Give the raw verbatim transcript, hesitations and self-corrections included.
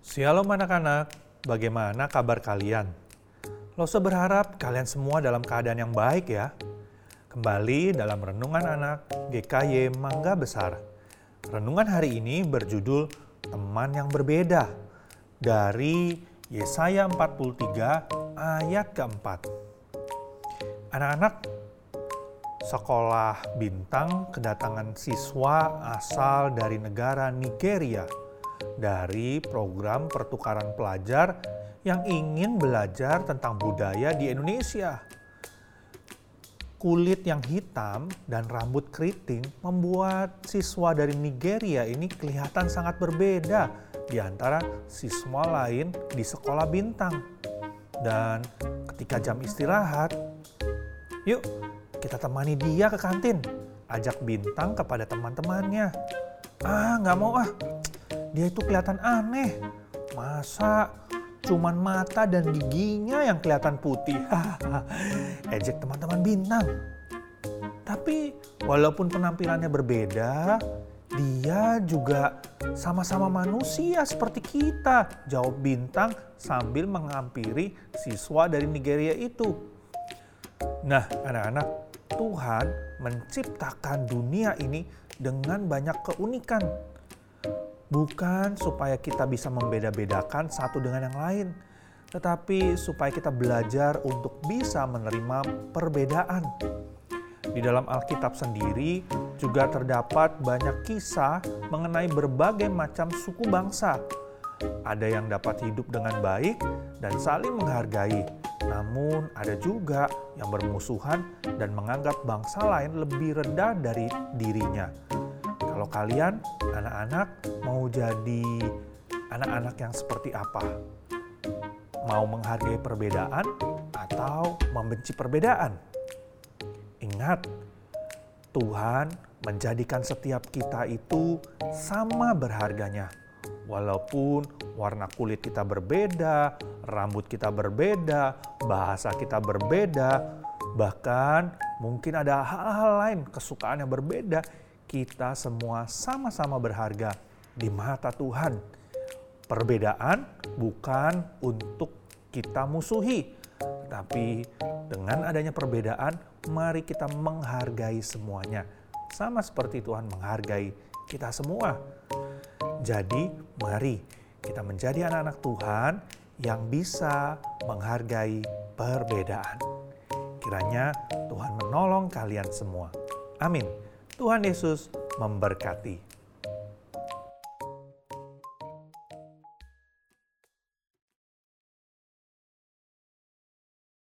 Shalom anak-anak, bagaimana kabar kalian? Lose berharap kalian semua dalam keadaan yang baik ya. Kembali dalam Renungan Anak G K Y Mangga Besar. Renungan hari ini berjudul Teman yang Berbeda dari Yesaya empat puluh tiga ayat keempat. Anak-anak, sekolah bintang kedatangan siswa asal dari negara Nigeria dari program pertukaran pelajar yang ingin belajar tentang budaya di Indonesia. Kulit yang hitam dan rambut keriting membuat siswa dari Nigeria ini kelihatan sangat berbeda di antara siswa lain di sekolah bintang. Dan ketika jam istirahat, yuk kita temani dia ke kantin, ajak bintang kepada teman-temannya. Ah, nggak mau ah. Dia itu kelihatan aneh. Masa cuman mata dan giginya yang kelihatan putih? Ejek teman-teman bintang. Tapi walaupun penampilannya berbeda, dia juga sama-sama manusia seperti kita. Jawab bintang sambil menghampiri siswa dari Nigeria itu. Nah, anak-anak, Tuhan menciptakan dunia ini dengan banyak keunikan. Bukan supaya kita bisa membeda-bedakan satu dengan yang lain, tetapi supaya kita belajar untuk bisa menerima perbedaan. Di dalam Alkitab sendiri juga terdapat banyak kisah mengenai berbagai macam suku bangsa. Ada yang dapat hidup dengan baik dan saling menghargai, namun ada juga yang bermusuhan dan menganggap bangsa lain lebih rendah dari dirinya. Kalau kalian, anak-anak, mau jadi anak-anak yang seperti apa? Mau menghargai perbedaan atau membenci perbedaan? Ingat, Tuhan menjadikan setiap kita itu sama berharganya. Walaupun warna kulit kita berbeda, rambut kita berbeda, bahasa kita berbeda, bahkan mungkin ada hal-hal lain, kesukaan yang berbeda, kita semua sama-sama berharga di mata Tuhan. Perbedaan bukan untuk kita musuhi, tapi dengan adanya perbedaan, mari kita menghargai semuanya. Sama seperti Tuhan menghargai kita semua. Jadi, mari kita menjadi anak-anak Tuhan yang bisa menghargai perbedaan. Kiranya Tuhan menolong kalian semua. Amin. Tuhan Yesus memberkati.